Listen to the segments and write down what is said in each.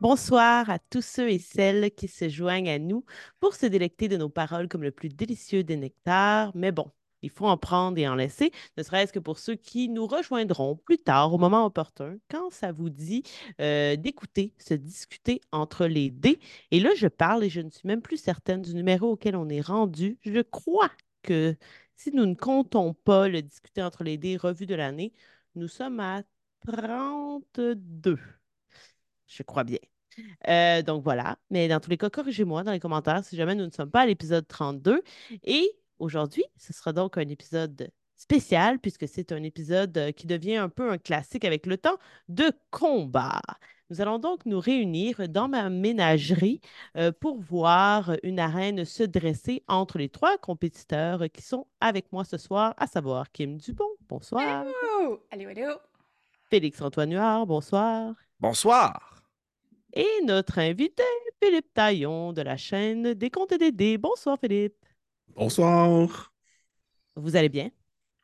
Bonsoir à tous ceux et celles qui se joignent à nous pour se délecter de nos paroles comme le plus délicieux des nectars. Mais bon, il faut en prendre et en laisser, ne serait-ce que pour ceux qui nous rejoindront plus tard, au moment opportun, quand ça vous dit d'écouter, se discuter entre les dés. Et là, je parle et je ne suis même plus certaine du numéro auquel on est rendu. Je crois que si nous ne comptons pas le discuter entre les dés revue de l'année, nous sommes à 32. Je crois bien. Donc voilà. Mais dans tous les cas, corrigez-moi dans les commentaires si jamais nous ne sommes pas à l'épisode 32. Et aujourd'hui, ce sera donc un épisode spécial puisque c'est un épisode qui devient un peu un classique avec le temps de combat. Nous allons donc nous réunir dans ma ménagerie pour voir une arène se dresser entre les trois compétiteurs qui sont avec moi ce soir, à savoir Kim Dupont, bonsoir. Allô! Allô, allô! Félix-Antoine Huard, bonsoir. Bonsoir. Et notre invité, Philippe Taillon de la chaîne des Contes et des Dés. Bonsoir, Philippe. Bonsoir. Vous allez bien?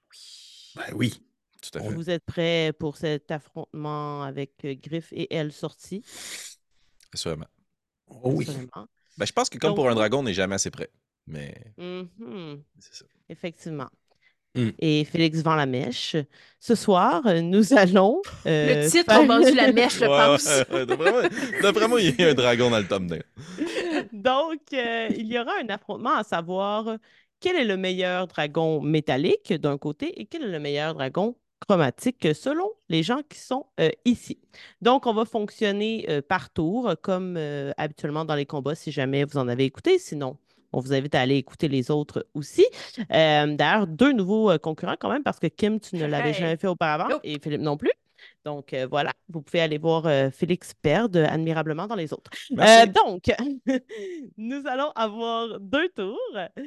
Ben oui. Tout à On- fait. Vous êtes prêts pour cet affrontement avec Griff et Elle sortie? Assurément. Oh oui. Assurément. Ben, je pense que comme Donc, pour un dragon, on n'est jamais assez près. Mais mhm, c'est ça. effectivement. Hmm. Et Félix vend la mèche. Ce soir, nous allons Le titre a faire... vendu la mèche, je pense. D'après moi, il y a un dragon dans le thumbnail. Donc, il y aura un affrontement à savoir quel est le meilleur dragon métallique d'un côté et quel est le meilleur dragon chromatique selon les gens qui sont ici. Donc, on va fonctionner par tour comme habituellement dans les combats si jamais vous en avez écouté. Sinon, on vous invite à aller écouter les autres aussi. D'ailleurs, deux nouveaux concurrents quand même parce que Kim, tu ne l'avais Hey. jamais fait auparavant Nope. et Philippe non plus. Donc voilà, vous pouvez aller voir Félix perdre admirablement dans les autres. Merci. Donc, nous allons avoir deux tours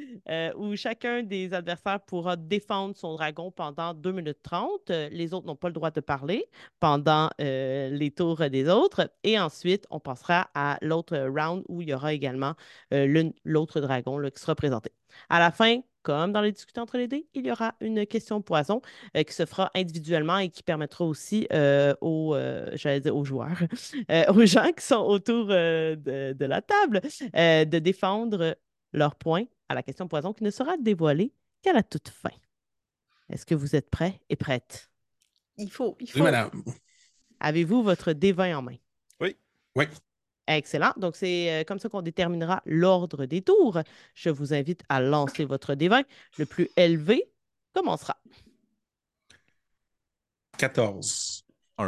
où chacun des adversaires pourra défendre son dragon pendant 2 minutes 30. Les autres n'ont pas le droit de parler pendant les tours des autres. Et ensuite, on passera à l'autre round où il y aura également l'autre dragon là, qui sera présenté. À la fin, comme dans les discussions entre les dés, il y aura une question poison qui se fera individuellement et qui permettra aussi j'allais dire aux joueurs, aux gens qui sont autour de la table, de défendre leur point à la question poison qui ne sera dévoilée qu'à la toute fin. Est-ce que vous êtes prêts et prêtes? Il faut. Oui, madame. Avez-vous votre D20 en main? Oui. Oui. Excellent. Donc, c'est comme ça qu'on déterminera l'ordre des tours. Je vous invite à lancer votre D20. Le plus élevé commencera. 14.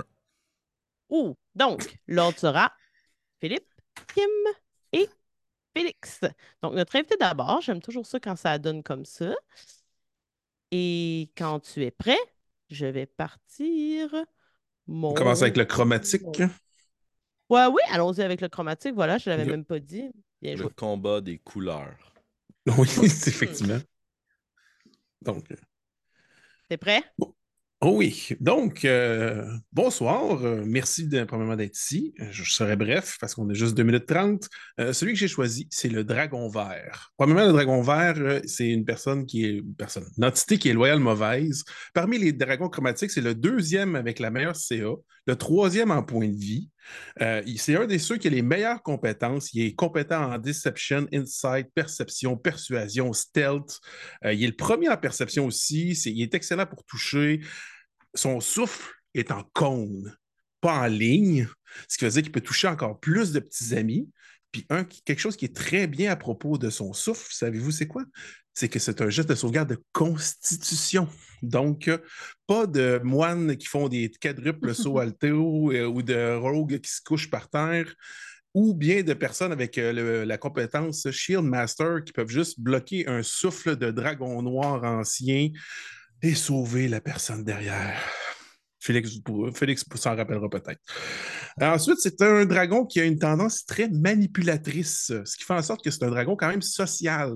Donc, l'ordre sera Philippe, Kim et Félix. Donc, notre invité d'abord, j'aime toujours ça quand ça donne comme ça. Et quand tu es prêt, je vais partir On commence avec le mon... chromatique. Ouais, oui, allons-y avec le chromatique. Voilà, je ne l'avais Yep. même pas dit. Bien Le joué. combat des couleurs. Oui, c'est effectivement. Donc, T'es prêt? bon. Oh oui. Donc, bonsoir. Merci premièrement d'être ici. Je serai bref parce qu'on est juste 2 minutes 30. Celui que j'ai choisi, c'est le dragon vert. Premièrement, le dragon vert, c'est une entité qui est loyale mauvaise. Parmi les dragons chromatiques, c'est le deuxième avec la meilleure CA, le troisième en point de vie. C'est un des ceux qui a les meilleures compétences. Il est compétent en deception, insight, perception, persuasion, stealth. Il est le premier en perception aussi. Il est excellent pour toucher. Son souffle est en cône, pas en ligne, ce qui veut dire qu'il peut toucher encore plus de petits amis. Puis quelque chose qui est très bien à propos de son souffle, savez-vous c'est quoi? C'est que c'est un geste de sauvegarde de constitution. Donc, pas de moines qui font des quadruples sauts alto ou de rogues qui se couchent par terre, ou bien de personnes avec la compétence Shield Master qui peuvent juste bloquer un souffle de dragon noir ancien et sauver la personne derrière. Félix s'en rappellera peut-être. Ensuite, c'est un dragon qui a une tendance très manipulatrice, ce qui fait en sorte que c'est un dragon quand même social,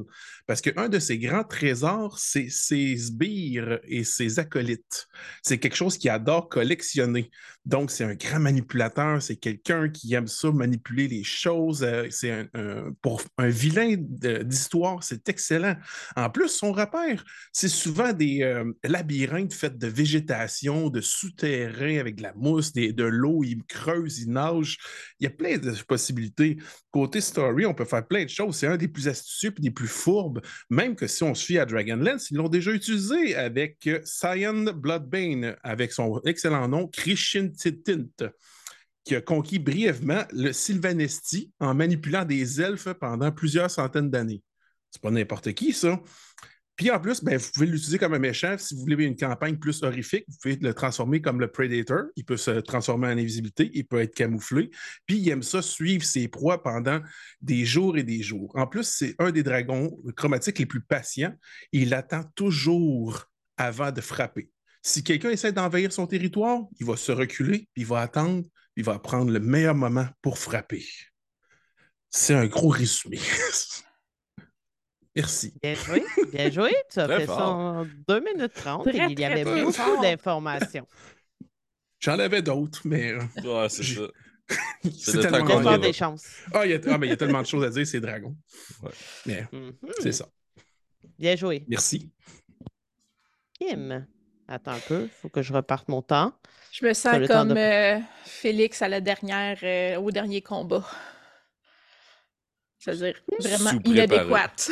Parce qu'un de ses grands trésors, c'est ses sbires et ses acolytes. C'est quelque chose qu'il adore collectionner. Donc, c'est un grand manipulateur, c'est quelqu'un qui aime ça, manipuler les choses. Pour un vilain d'histoire, c'est excellent. En plus, son repère, c'est souvent des labyrinthes faits de végétation, de souterrains avec de la mousse, de l'eau, il creuse, il nage. Il y a plein de possibilités. Côté story, on peut faire plein de choses. C'est un des plus astucieux et des plus fourbes. Même que si on se fie à Dragonlance, ils l'ont déjà utilisé avec Cyan Bloodbane, avec son excellent nom, Krishin Tint, qui a conquis brièvement le Sylvanesti en manipulant des elfes pendant plusieurs centaines d'années. C'est pas n'importe qui, ça. Puis en plus, ben, vous pouvez l'utiliser comme un méchant. Si vous voulez une campagne plus horrifique, vous pouvez le transformer comme le Predator. Il peut se transformer en invisibilité, il peut être camouflé. Puis il aime ça suivre ses proies pendant des jours et des jours. En plus, c'est un des dragons chromatiques les plus patients. Il attend toujours avant de frapper. Si quelqu'un essaie d'envahir son territoire, il va se reculer, puis il va attendre, puis il va prendre le meilleur moment pour frapper. C'est un gros résumé. Merci. Bien joué, bien joué. Tu as Très fait ça fort. en 2 minutes 30 et Très, il y très, avait très beaucoup fort. d'informations. J'en avais d'autres, mais Ouais, c'est ça. c'est de tellement temps Il y a qu'on encore ira. des chances. mais il y a tellement de choses à dire, c'est Dragon. Ouais. Mais Mhm. c'est ça. Bien joué. Merci. Kim, attends un peu, il faut que je reparte mon temps. Je me T'as sens le temps comme de- Félix à la dernière, au dernier combat. C'est-à-dire vraiment Sous-préparé. inadéquate.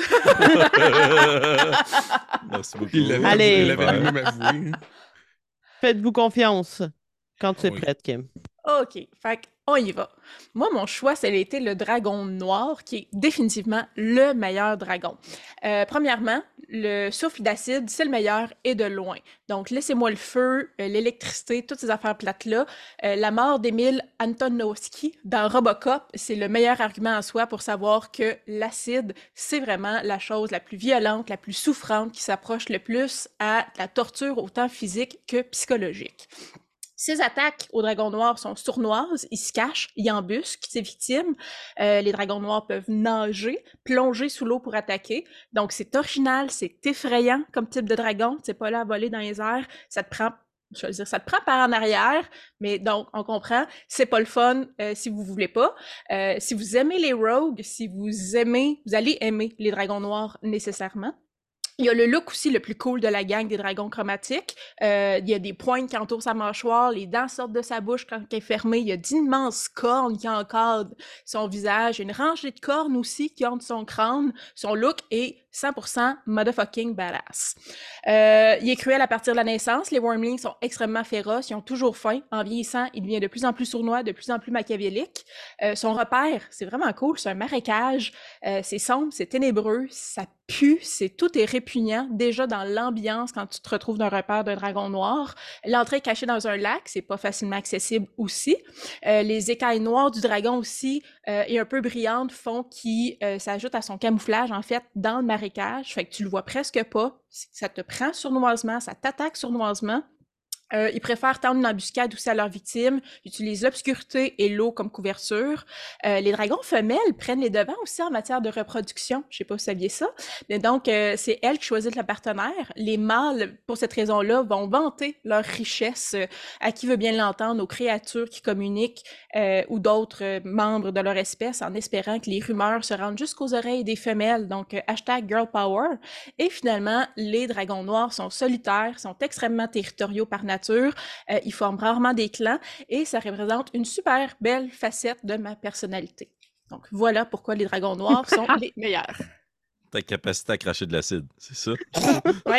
Merci beaucoup. Il l'avait Allez. il l'avait lui-même avoué. Faites-vous confiance quand tu es Oui. prête, Kim. OK, fait on y va. Moi, mon choix, ça a été le dragon noir, qui est définitivement le meilleur dragon. Premièrement, le souffle d'acide, c'est le meilleur et de loin. Donc, laissez-moi le feu, l'électricité, toutes ces affaires plates-là. La mort d'Emile Antonowski dans Robocop, c'est le meilleur argument en soi pour savoir que l'acide, c'est vraiment la chose la plus violente, la plus souffrante, qui s'approche le plus à la torture autant physique que psychologique. Ses attaques au dragon noir sont sournoises, il se cache, il embusque ses victimes. Les dragons noirs peuvent nager, plonger sous l'eau pour attaquer. Donc c'est original, c'est effrayant comme type de dragon. C'est pas là à voler dans les airs, ça te prend, je veux dire, ça te prend par en arrière. Mais donc on comprend, c'est pas le fun si vous voulez pas. Si vous aimez les rogues, si vous aimez, vous allez aimer les dragons noirs nécessairement. Il y a le look aussi le plus cool de la gang des dragons chromatiques. Il y a des pointes qui entourent sa mâchoire, les dents sortent de sa bouche quand elle est fermée. Il y a d'immenses cornes qui encadrent son visage. Il y a une rangée de cornes aussi qui ornent son crâne. Son look est 100% motherfucking badass. Il est cruel à partir de la naissance. Les Wormlings sont extrêmement féroces. Ils ont toujours faim. En vieillissant, il devient de plus en plus sournois, de plus en plus machiavélique. Son repère, c'est vraiment cool. C'est un marécage. C'est sombre, c'est ténébreux, ça pue, tout est répugnant. Déjà dans l'ambiance, quand tu te retrouves dans un repère d'un dragon noir. L'entrée est cachée dans un lac, c'est pas facilement accessible aussi. Les écailles noires du dragon aussi et un peu brillantes font qu'il s'ajoute à son camouflage, en fait, dans le marécage. Fait que tu le vois presque pas. Ça te prend sournoisement, ça t'attaque sournoisement. Ils préfèrent tendre une embuscade aussi à leurs victimes, ils utilisent l'obscurité et l'eau comme couverture. Les dragons femelles prennent les devants aussi en matière de reproduction. Je sais pas si vous saviez ça. Mais donc, c'est elles qui choisissent le partenaire. Les mâles, pour cette raison-là, vont vanter leur richesse à qui veut bien l'entendre, aux créatures qui communiquent ou d'autres membres de leur espèce, en espérant que les rumeurs se rendent jusqu'aux oreilles des femelles. Donc, hashtag Girl Power. Et finalement, les dragons noirs sont solitaires, sont extrêmement territoriaux par nature. Ils forment rarement des clans et ça représente une super belle facette de ma personnalité. Donc voilà pourquoi les dragons noirs sont les meilleurs. Ta capacité à cracher de l'acide, c'est ça? Oui.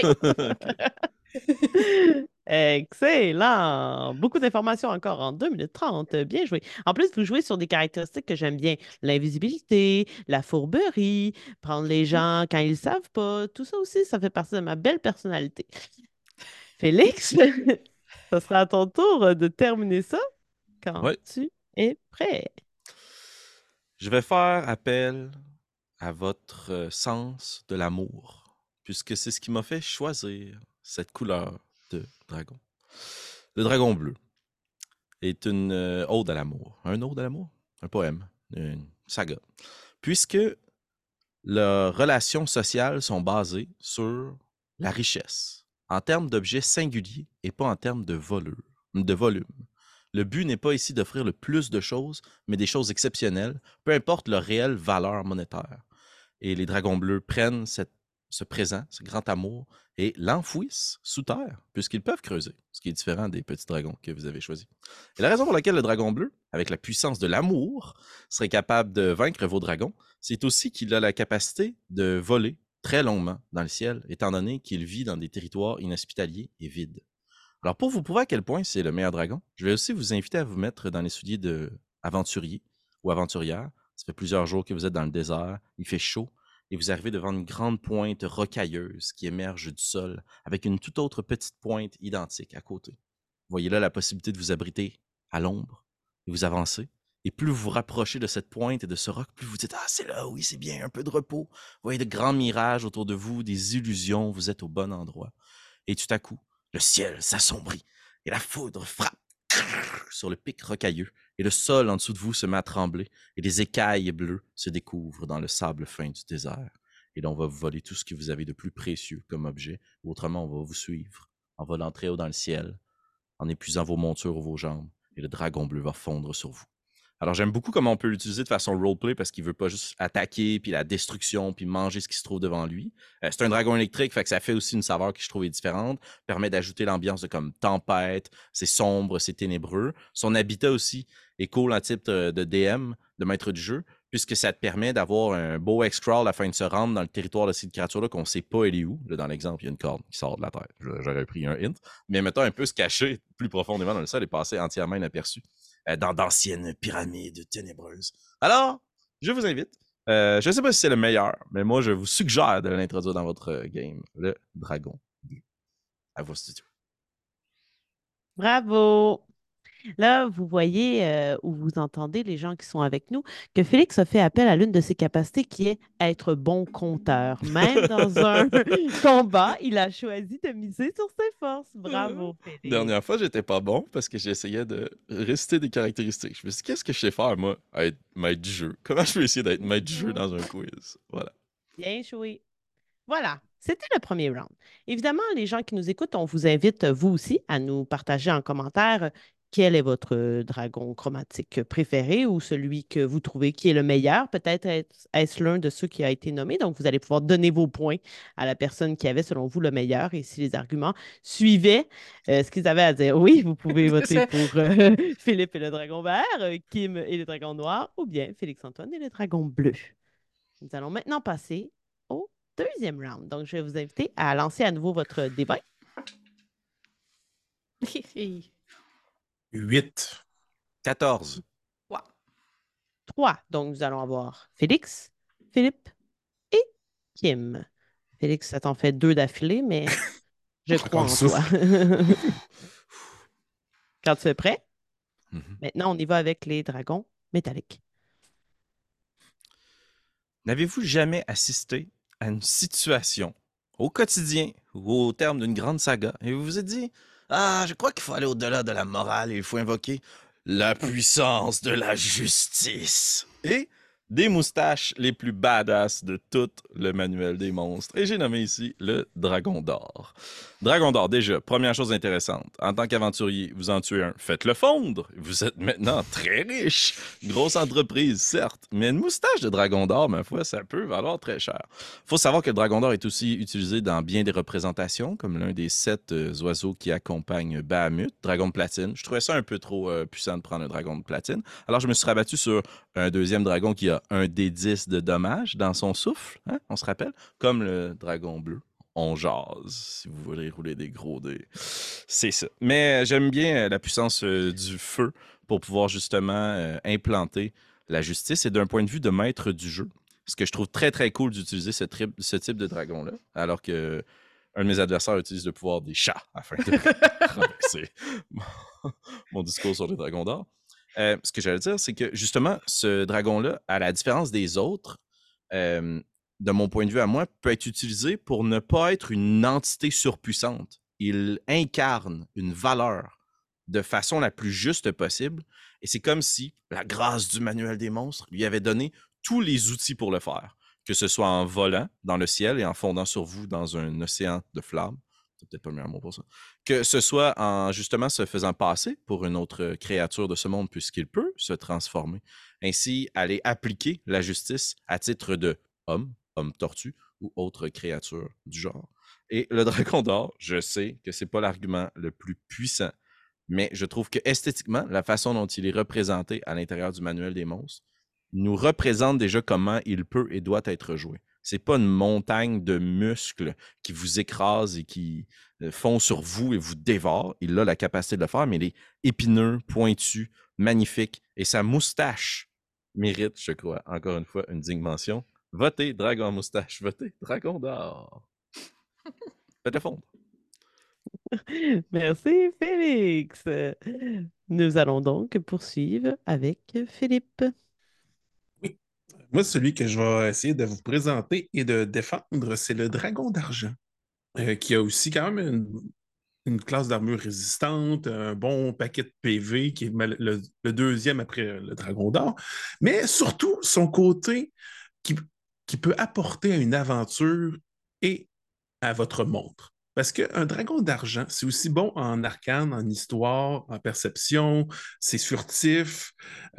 Excellent! Beaucoup d'informations encore en 2 minutes 30. Bien joué. En plus, vous jouez sur des caractéristiques que j'aime bien. L'invisibilité, la fourberie, prendre les gens quand ils ne savent pas. Tout ça aussi, ça fait partie de ma belle personnalité. Félix, ça sera à ton tour de terminer ça quand Ouais. tu es prêt. Je vais faire appel à votre sens de l'amour, puisque c'est ce qui m'a fait choisir cette couleur de dragon. Le dragon bleu est une ode à l'amour. Un ode à l'amour? Un poème, une saga. Puisque leurs relations sociales sont basées sur la richesse, en termes d'objets singuliers et pas en termes de volume. Le but n'est pas ici d'offrir le plus de choses, mais des choses exceptionnelles, peu importe leur réelle valeur monétaire. Et les dragons bleus prennent ce présent, ce grand amour, et l'enfouissent sous terre, puisqu'ils peuvent creuser, ce qui est différent des petits dragons que vous avez choisis. Et la raison pour laquelle le dragon bleu, avec la puissance de l'amour, serait capable de vaincre vos dragons, c'est aussi qu'il a la capacité de voler très longuement dans le ciel, étant donné qu'il vit dans des territoires inhospitaliers et vides. Alors, pour vous prouver à quel point c'est le meilleur dragon, je vais aussi vous inviter à vous mettre dans les souliers de aventurier ou aventurière. Ça fait plusieurs jours que vous êtes dans le désert, il fait chaud, et vous arrivez devant une grande pointe rocailleuse qui émerge du sol, avec une toute autre petite pointe identique à côté. Vous voyez là la possibilité de vous abriter à l'ombre, et vous avancez. Et plus vous vous rapprochez de cette pointe et de ce roc, plus vous dites « Ah, c'est là, oui, c'est bien, un peu de repos. » Vous voyez de grands mirages autour de vous, des illusions, vous êtes au bon endroit. Et tout à coup, le ciel s'assombrit et la foudre frappe sur le pic rocailleux et le sol en dessous de vous se met à trembler et des écailles bleues se découvrent dans le sable fin du désert. Et là, on va vous voler tout ce que vous avez de plus précieux comme objet, ou autrement, on va vous suivre en volant très haut dans le ciel, en épuisant vos montures ou vos jambes, et le dragon bleu va fondre sur vous. Alors, j'aime beaucoup comment on peut l'utiliser de façon roleplay parce qu'il veut pas juste attaquer, puis la destruction, puis manger ce qui se trouve devant lui. C'est un dragon électrique, fait que ça fait aussi une saveur qui je trouve est différente, permet d'ajouter l'ambiance de comme tempête, c'est sombre, c'est ténébreux. Son habitat aussi est cool en type de DM, de maître du jeu, puisque ça te permet d'avoir un beau X-crawl afin de se rendre dans le territoire de cette créature-là qu'on sait pas elle est où. Là, dans l'exemple, il y a une corde qui sort de la terre. J'aurais pris un hint. Mais mettons un peu se cacher plus profondément dans le sol et passer entièrement inaperçu dans d'anciennes pyramides ténébreuses. Alors, je vous invite. Je ne sais pas si c'est le meilleur, mais moi, je vous suggère de l'introduire dans votre game, le dragon bleu. À vos studios. Bravo! Là, vous voyez ou vous entendez les gens qui sont avec nous que Félix a fait appel à l'une de ses capacités qui est être bon conteur. Même dans un combat, il a choisi de miser sur ses forces. Bravo, Félix. Dernière fois, j'étais pas bon parce que j'essayais de réciter des caractéristiques. Je me suis dit, qu'est-ce que je sais faire, moi, à être maître du jeu? Comment je peux essayer d'être maître du jeu dans un quiz? Voilà. Bien joué. Voilà, c'était le premier round. Évidemment, les gens qui nous écoutent, on vous invite, vous aussi, à nous partager en commentaire quel est votre dragon chromatique préféré ou celui que vous trouvez qui est le meilleur. Peut-être est-ce l'un de ceux qui a été nommé. Donc, vous allez pouvoir donner vos points à la personne qui avait, selon vous, le meilleur. Et si les arguments suivaient ce qu'ils avaient à dire, oui, vous pouvez voter pour Philippe et le dragon vert, Kim et le dragon noir, ou bien Félix-Antoine et le dragon bleu. Nous allons maintenant passer au deuxième round. Donc, je vais vous inviter à lancer à nouveau votre débat. 8. 14. 3. Donc, nous allons avoir Félix, Philippe et Kim. Félix, ça t'en fait 2 d'affilée, mais je crois en toi. Quand tu es prêt, maintenant, on y va avec les dragons métalliques. N'avez-vous jamais assisté à une situation au quotidien ou au terme d'une grande saga et vous vous êtes dit « Ah, je crois qu'il faut aller au-delà de la morale et il faut invoquer la puissance de la justice. » Et des moustaches les plus badass de tout le manuel des monstres. Et j'ai nommé ici le Dragon d'Or. Dragon d'Or, déjà, première chose intéressante. En tant qu'aventurier, vous en tuez un, faites-le fondre. Vous êtes maintenant très riche. Grosse entreprise, certes, mais une moustache de Dragon d'Or, ma foi, ça peut valoir très cher. Faut savoir que le Dragon d'Or est aussi utilisé dans bien des représentations, comme l'un des 7 oiseaux qui accompagnent Bahamut, dragon de platine. Je trouvais ça un peu trop puissant de prendre un dragon de platine. Alors, je me suis rabattu sur un deuxième dragon qui a un D10 de dommages dans son souffle, hein, on se rappelle, comme le dragon bleu. On jase, si vous voulez rouler des gros dés. C'est ça. Mais j'aime bien la puissance du feu pour pouvoir justement implanter la justice et d'un point de vue de maître du jeu. Ce que je trouve très, très cool d'utiliser ce type de dragon-là, alors que un de mes adversaires utilise le pouvoir des chats afin de renverser mon discours sur les dragons d'or. Ce que j'allais dire, c'est que justement, ce dragon-là, à la différence des autres, de mon point de vue à moi, peut être utilisé pour ne pas être une entité surpuissante. Il incarne une valeur de façon la plus juste possible. Et c'est comme si la grâce du manuel des monstres lui avait donné tous les outils pour le faire. que ce soit en volant dans le ciel et en fondant sur vous dans un océan de flammes. C'est peut-être pas le meilleur mot pour ça. Que ce soit en justement se faisant passer pour une autre créature de ce monde, puisqu'il peut se transformer. Ainsi, aller appliquer la justice à titre de homme tortue ou autre créature du genre. Et le dragon d'or, je sais que c'est pas l'argument le plus puissant, mais je trouve que esthétiquement, la façon dont il est représenté à l'intérieur du manuel des monstres nous représente déjà comment il peut et doit être joué. C'est pas une montagne de muscles qui vous écrase et qui fond sur vous et vous dévore. Il a la capacité de le faire, mais il est épineux, pointu, magnifique. Et sa moustache mérite, je crois, encore une fois, une digne mention. Votez Dragon Moustache, votez Dragon d'or. Faites-le fondre. Merci, Félix. Nous allons donc poursuivre avec Philippe. Oui. Moi, celui que je vais essayer de vous présenter et de défendre, c'est le dragon d'argent, qui a aussi quand même une classe d'armure résistante, un bon paquet de PV, qui est le deuxième après le dragon d'or, mais surtout son côté qui, qui peut apporter à une aventure et à votre montre. Parce qu'un dragon d'argent, c'est aussi bon en arcane, en histoire, en perception, c'est furtif,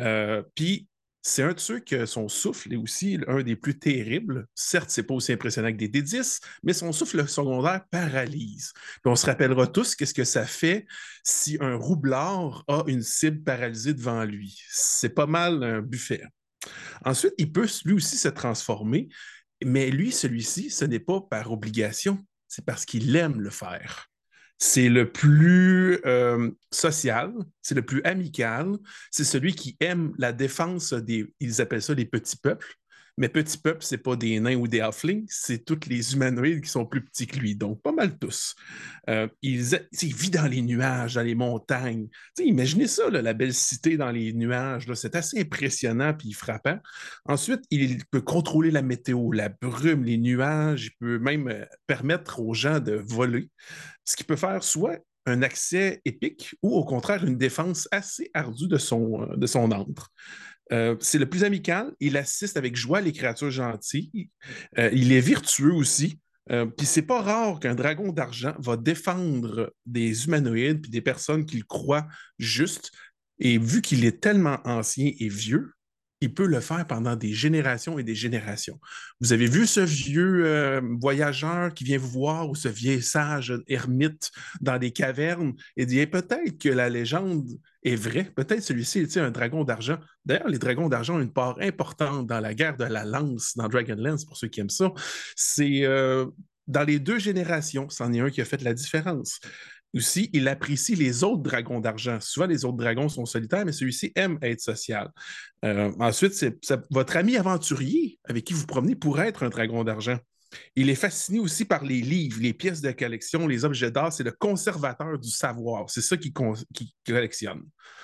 puis c'est un de ceux que son souffle est aussi un des plus terribles. Certes, c'est pas aussi impressionnant que des D10, mais son souffle secondaire paralyse. Puis on se rappellera tous qu'est-ce que ça fait si un roublard a une cible paralysée devant lui. C'est pas mal un buffet. Ensuite, il peut lui aussi se transformer, mais lui, celui-ci, ce n'est pas par obligation, c'est parce qu'il aime le faire. C'est le plus social, c'est le plus amical, c'est celui qui aime la défense des, ils appellent ça les petits peuples, mais petits peuples, c'est pas des nains ou des halflings, c'est tous les humanoïdes qui sont plus petits que lui, donc pas mal tous. Il vit dans les nuages, dans les montagnes. Imaginez ça, là, la belle cité dans les nuages, là, c'est assez impressionnant puis frappant. Ensuite, il peut contrôler la météo, la brume, les nuages, il peut même permettre aux gens de voler, ce qui peut faire soit un accès épique ou au contraire une défense assez ardue de son antre. C'est le plus amical. Il assiste avec joie les créatures gentilles. Il est vertueux aussi. Puis c'est pas rare qu'un dragon d'argent va défendre des humanoïdes puis des personnes qu'il croit justes. Et vu qu'il est tellement ancien et vieux, il peut le faire pendant des générations et des générations. Vous avez vu ce vieux voyageur qui vient vous voir ou ce vieil sage ermite dans des cavernes et dit peut-être que la légende est vraie, peut-être celui-ci est un dragon d'argent. D'ailleurs, les dragons d'argent ont une part importante dans la guerre de la lance dans Dragonlance, pour ceux qui aiment ça. C'est dans les deux générations, c'en est un qui a fait la différence. Aussi, il apprécie les autres dragons d'argent. Souvent, les autres dragons sont solitaires, mais celui-ci aime être social. Ensuite, votre ami aventurier avec qui vous promenez pourrait être un dragon d'argent. Il est fasciné aussi par les livres, les pièces de collection, les objets d'art. C'est le conservateur du savoir. C'est ça qu'il collectionne.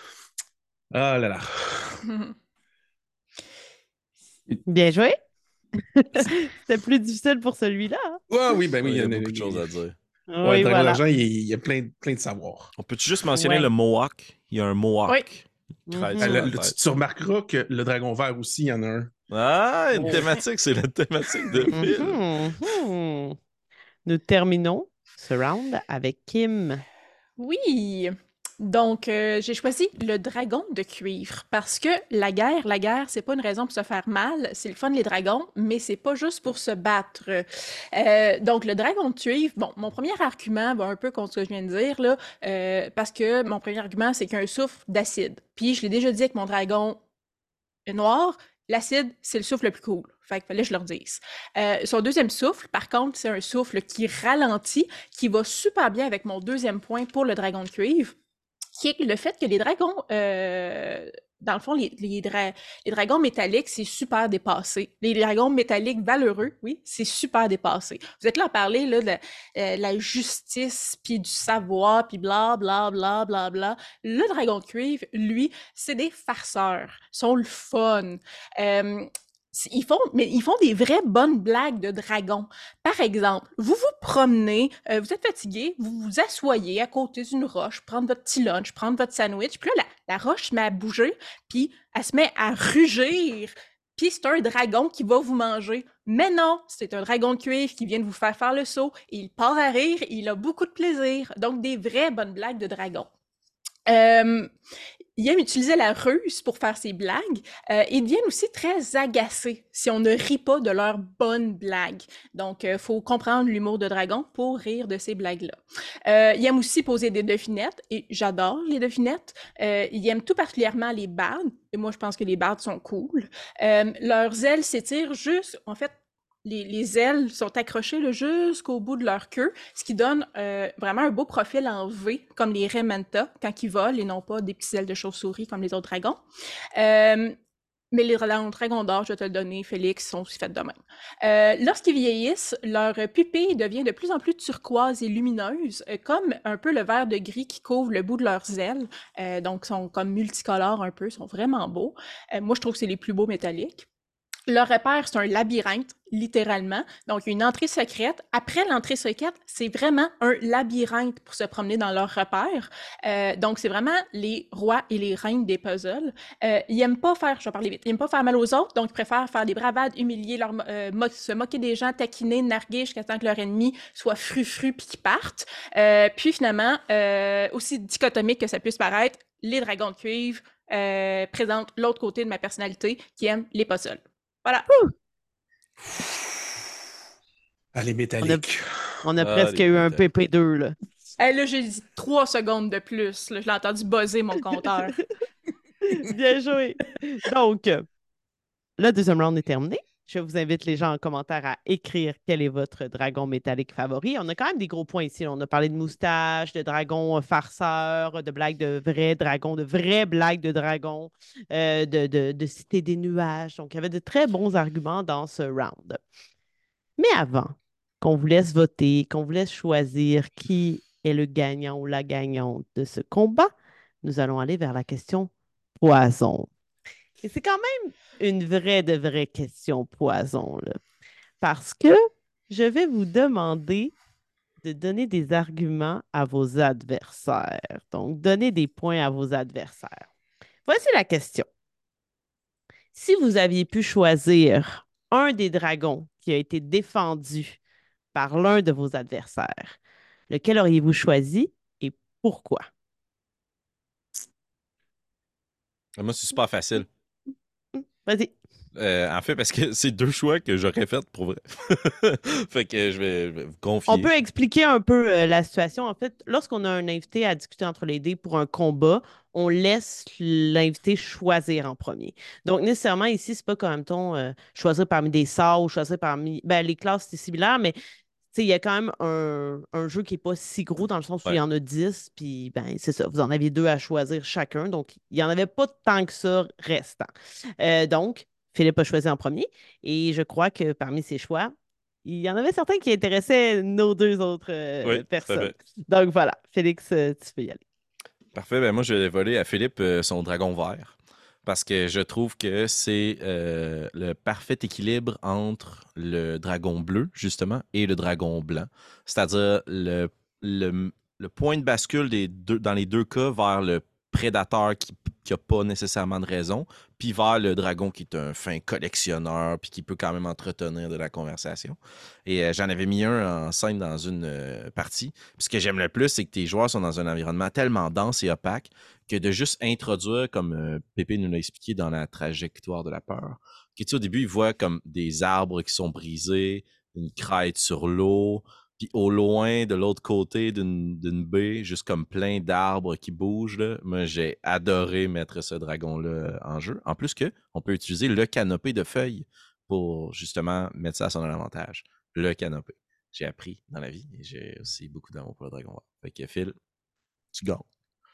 Ah là là. Bien joué. C'était plus difficile pour celui-là. Hein? Ah oui, ben oui. Il y a beaucoup de choses à dire. Ouais, Oui, le dragon voilà. d'argent, il y a plein de savoir. On peut-tu juste mentionner le Mohawk? Il y a un Mohawk. Oui. Tu remarqueras que le dragon vert aussi, il y en a un. Ah, une thématique, c'est la thématique de Phil. Nous terminons ce round avec Kim. Oui. Donc, j'ai choisi le dragon de cuivre parce que la guerre, c'est pas une raison pour se faire mal. C'est le fun, les dragons, mais c'est pas juste pour se battre. Donc, le dragon de cuivre, bon, mon premier argument va un peu contre ce que je viens de dire, là, parce que mon premier argument, c'est qu'il y a un souffle d'acide. Puis, je l'ai déjà dit avec mon dragon noir, l'acide, c'est le souffle le plus cool. Fait qu'il fallait que je leur dise. Son deuxième souffle, par contre, c'est un souffle qui ralentit, qui va super bien avec mon deuxième point pour le dragon de cuivre, qui est le fait que les dragons, dans le fond, les dragons métalliques, c'est super dépassé. Les dragons métalliques valeureux, oui, c'est super dépassé. Vous êtes là à parler là, de la justice, puis du savoir, puis bla, bla, bla, bla, bla. Le dragon de cuivre, lui, c'est des farceurs. Ils sont le fun. Ils font des vraies bonnes blagues de dragons. Par exemple, vous vous promenez, vous êtes fatigué, vous vous asseyez à côté d'une roche, prendre votre petit lunch, prendre votre sandwich, puis là, la roche se met à bouger, puis elle se met à rugir puis c'est un dragon qui va vous manger. Mais non, c'est un dragon de cuivre qui vient de vous faire le saut, et il part à rire, et il a beaucoup de plaisir. Donc, des vraies bonnes blagues de dragon. Ils aiment utiliser la ruse pour faire ses blagues. Ils deviennent aussi très agacés si on ne rit pas de leurs bonnes blagues. Donc, il faut comprendre l'humour de dragon pour rire de ces blagues-là. Ils aiment aussi poser des devinettes, et j'adore les devinettes. Ils aiment tout particulièrement les bardes, et moi, je pense que les bardes sont cool. Leurs ailes s'étirent juste, en fait, les ailes sont accrochées là, jusqu'au bout de leur queue, ce qui donne vraiment un beau profil en V, comme les Raymanta, quand ils volent, et non pas des petites ailes de chauve-souris comme les autres dragons. Mais les dragons d'or, je vais te le donner, Félix, sont aussi faites de même. Lorsqu'ils vieillissent, leur pupille devient de plus en plus turquoise et lumineuse, comme un peu le vert de gris qui couvre le bout de leurs ailes. Donc, sont comme multicolores un peu, sont vraiment beaux. Moi, je trouve que c'est les plus beaux métalliques. Leur repère, c'est un labyrinthe, littéralement. Donc, une entrée secrète. Après l'entrée secrète, c'est vraiment un labyrinthe pour se promener dans leur repère. Donc, c'est vraiment les rois et les reines des puzzles. Ils n'aiment pas faire, je vais parler vite, ils n'aiment pas faire mal aux autres, donc ils préfèrent faire des bravades, humilier, se moquer des gens, taquiner, narguer jusqu'à temps que leur ennemi soit frufru puis qu'ils partent. Puis finalement, aussi dichotomique que ça puisse paraître, les dragons de cuivre présentent l'autre côté de ma personnalité qui aime les puzzles. Voilà. Allez, métallique. On a presque eu un PP2, là. Hey, là, j'ai dit 3 secondes de plus. Là, je l'ai entendu buzzer, mon compteur. Bien joué. Donc, le deuxième round est terminé. Je vous invite les gens en commentaire à écrire quel est votre dragon métallique favori. On a quand même des gros points ici. On a parlé de moustache, de dragon farceur, de blagues de vrais dragons, de vraies blagues de dragons, de cité des nuages. Donc, il y avait de très bons arguments dans ce round. Mais avant qu'on vous laisse voter, qu'on vous laisse choisir qui est le gagnant ou la gagnante de ce combat, nous allons aller vers la question poison. Et c'est quand même une vraie question poison, là, parce que je vais vous demander de donner des arguments à vos adversaires. Donc, donner des points à vos adversaires. Voici la question. Si vous aviez pu choisir un des dragons qui a été défendu par l'un de vos adversaires, lequel auriez-vous choisi et pourquoi? Moi, c'est super facile. Vas-y. En fait, parce que c'est 2 choix que j'aurais fait pour vrai. Fait que je vais vous confier. On peut expliquer un peu la situation. En fait, lorsqu'on a un invité à discuter entre les dés pour un combat, on laisse l'invité choisir en premier. Donc, nécessairement, ici, c'est pas comme, mettons, choisir parmi des sorts ou choisir parmi... Ben, les classes, c'est similaire, mais il y a quand même un jeu qui n'est pas si gros dans le sens où il y en a 10, puis ben, c'est ça, vous en aviez 2 à choisir chacun, donc il n'y en avait pas tant que ça restant. Donc, Philippe a choisi en premier, et je crois que parmi ses choix, il y en avait certains qui intéressaient nos 2 autres Oui, personnes. Donc voilà, Félix, tu peux y aller. Parfait, ben moi je vais voler à Philippe son dragon vert. Parce que je trouve que c'est le parfait équilibre entre le dragon bleu, justement, et le dragon blanc. C'est-à-dire le point de bascule dans les 2 cas vers le prédateur qui n'a pas nécessairement de raison, puis vers le dragon qui est un fin collectionneur, puis qui peut quand même entretenir de la conversation. Et j'en avais mis un en scène dans une partie. Puis ce que j'aime le plus, c'est que tes joueurs sont dans un environnement tellement dense et opaque que de juste introduire, comme Pépé nous l'a expliqué dans la trajectoire de la peur, que tu sais, au début, ils voient comme des arbres qui sont brisés, une crête sur l'eau, puis au loin, de l'autre côté d'une baie, juste comme plein d'arbres qui bougent. Là. Moi, j'ai adoré mettre ce dragon-là en jeu. En plus que on peut utiliser le canopé de feuilles pour justement mettre ça à son avantage. Le canopé. J'ai appris dans la vie et j'ai aussi beaucoup d'amour pour le dragon. Fait que Phil, tu gagnes.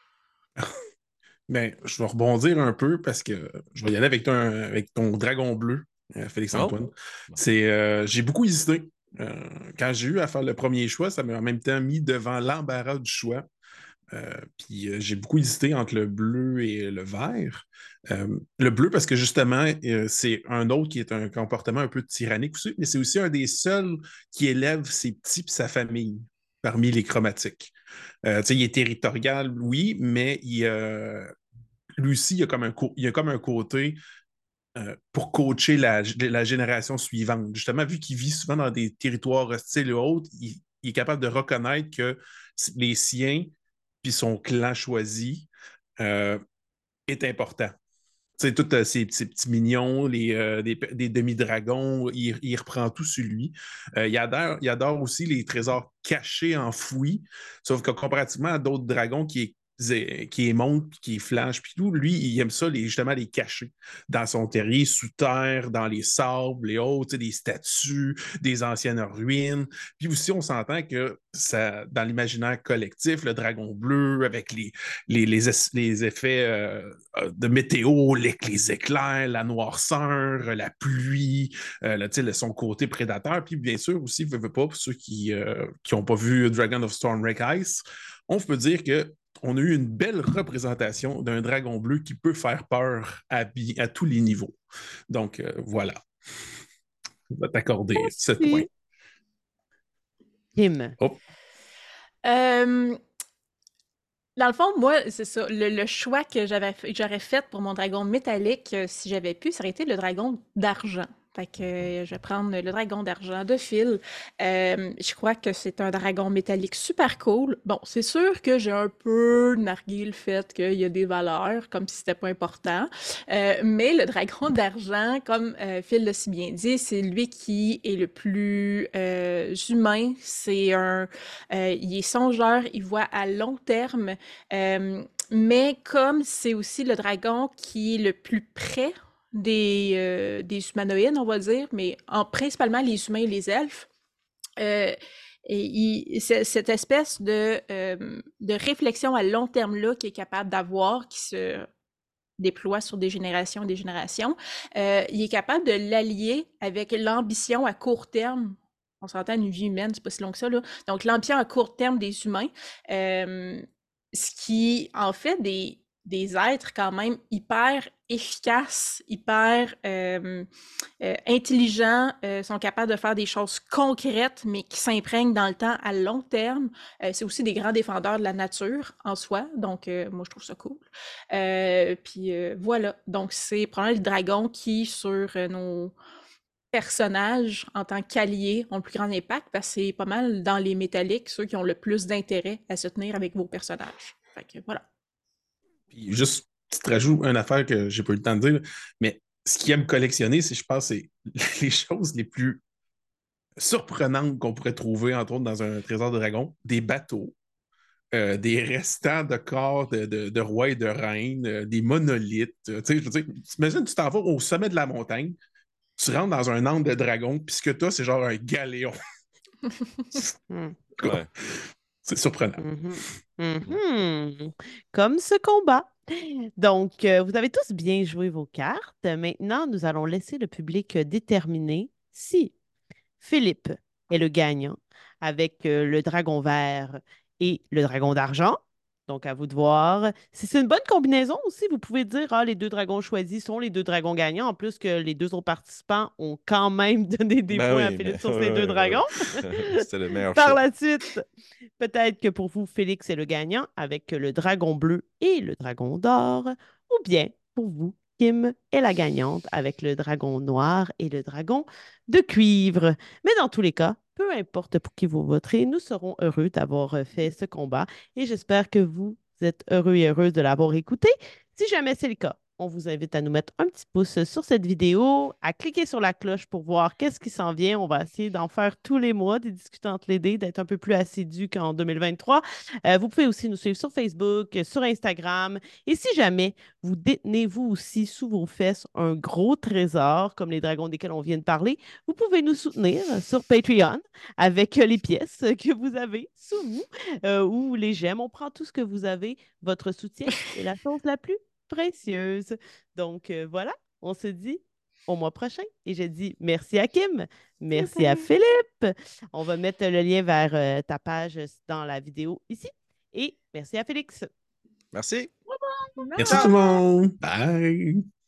Ben, je vais rebondir un peu parce que je vais y aller avec ton dragon bleu, Félix-Antoine. Oh. J'ai beaucoup hésité. Quand j'ai eu à faire le premier choix, ça m'a en même temps mis devant l'embarras du choix. Puis j'ai beaucoup hésité entre le bleu et le vert. Le bleu, parce que justement, c'est un autre qui est un comportement un peu tyrannique aussi, mais c'est aussi un des seuls qui élève ses petits et sa famille parmi les chromatiques. Il est territorial, oui, mais lui aussi, il y a comme un côté pour coacher la génération suivante. Justement, vu qu'il vit souvent dans des territoires hostiles et autres, il est capable de reconnaître que les siens puis son clan choisi euh, est important. Tu sais, tous ces petits mignons, des demi-dragons, il reprend tout sur lui. Il adore aussi les trésors cachés, enfouis, sauf que comparativement à d'autres dragons qui montent, qui flashent, puis tout, lui, il aime ça, justement, les cacher dans son terrier, sous terre, dans les sables, les autres, des statues, des anciennes ruines. Puis aussi, on s'entend que ça, dans l'imaginaire collectif, le dragon bleu, avec les effets de météo, les éclairs, la noirceur, la pluie, son côté prédateur. Puis bien sûr aussi, veut pas, pour ceux qui n'ont pas vu Dragon of Stormwreck Ice, on peut dire que on a eu une belle représentation d'un dragon bleu qui peut faire peur à tous les niveaux. Donc, voilà. Je vais t'accorder 7 points. Merci. Kim. Oh. Dans le fond, moi, c'est ça. Le choix que j'aurais fait pour mon dragon métallique, si j'avais pu, ça aurait été le dragon d'argent. Fait que je vais prendre le dragon d'argent de Phil. Je crois que c'est un dragon métallique super cool. Bon, c'est sûr que j'ai un peu nargué le fait qu'il y a des valeurs, comme si c'était pas important. Mais le dragon d'argent, comme Phil l'a si bien dit, c'est lui qui est le plus humain. Il est songeur, il voit à long terme. Mais comme c'est aussi le dragon qui est le plus près des humanoïdes, on va dire, mais principalement les humains et les elfes, cette espèce de réflexion à long terme-là qu'il est capable d'avoir, qui se déploie sur des générations et des générations, il est capable de l'allier avec l'ambition à court terme. On s'entend, une vie humaine, c'est pas si long que ça, là. Donc, l'ambition à court terme des humains, ce qui en fait des êtres quand même hyper efficaces, hyper intelligents, sont capables de faire des choses concrètes, mais qui s'imprègnent dans le temps à long terme. C'est aussi des grands défendeurs de la nature en soi, donc moi je trouve ça cool. Puis voilà, donc c'est probablement le dragon qui, sur nos personnages en tant qu'alliés, ont le plus grand impact, parce que c'est pas mal dans les métalliques ceux qui ont le plus d'intérêt à se tenir avec vos personnages. Fait que voilà. Puis juste, tu te rajoutes une affaire que j'ai pas eu le temps de dire, mais ce qui aime collectionner, je pense, c'est les choses les plus surprenantes qu'on pourrait trouver, entre autres, dans un trésor de dragon, des bateaux, des restants de corps de rois et de reines, des monolithes. Tu sais, je veux dire, imagine, tu t'en vas au sommet de la montagne, tu rentres dans un antre de dragon, puis ce que tu as, c'est genre un galéon. Ouais. C'est surprenant. Comme ce combat. Donc, vous avez tous bien joué vos cartes. Maintenant, nous allons laisser le public déterminer si Philippe est le gagnant avec le dragon vert et le dragon d'argent. Donc, à vous de voir. Si c'est une bonne combinaison aussi, vous pouvez dire, ah, les deux dragons choisis sont les deux dragons gagnants, en plus que les deux autres participants ont quand même donné des Ben points à oui, Philippe mais sur ces deux dragons. c'était le meilleur Par choix. la suite, peut-être que pour vous, Félix est le gagnant avec le dragon bleu et le dragon d'or, ou bien pour vous, Kim est la gagnante avec le dragon noir et le dragon de cuivre. Mais dans tous les cas, peu importe pour qui vous voterez, nous serons heureux d'avoir fait ce combat et j'espère que vous êtes heureux et heureuses de l'avoir écouté. Si jamais c'est le cas, on vous invite à nous mettre un petit pouce sur cette vidéo, à cliquer sur la cloche pour voir qu'est-ce qui s'en vient. On va essayer d'en faire tous les mois, des discussions entre les dés, d'être un peu plus assidus qu'en 2023. Vous pouvez aussi nous suivre sur Facebook, sur Instagram. Et si jamais vous détenez vous aussi sous vos fesses un gros trésor, comme les dragons desquels on vient de parler, vous pouvez nous soutenir sur Patreon avec les pièces que vous avez sous vous ou les j'aime. On prend tout ce que vous avez. Votre soutien est la chose la plus précieuse. Donc voilà, on se dit au mois prochain. Et je dis merci à Kim, merci à Philippe. On va mettre le lien vers ta page dans la vidéo ici. Et merci à Félix. Merci. Merci tout le monde. Bye.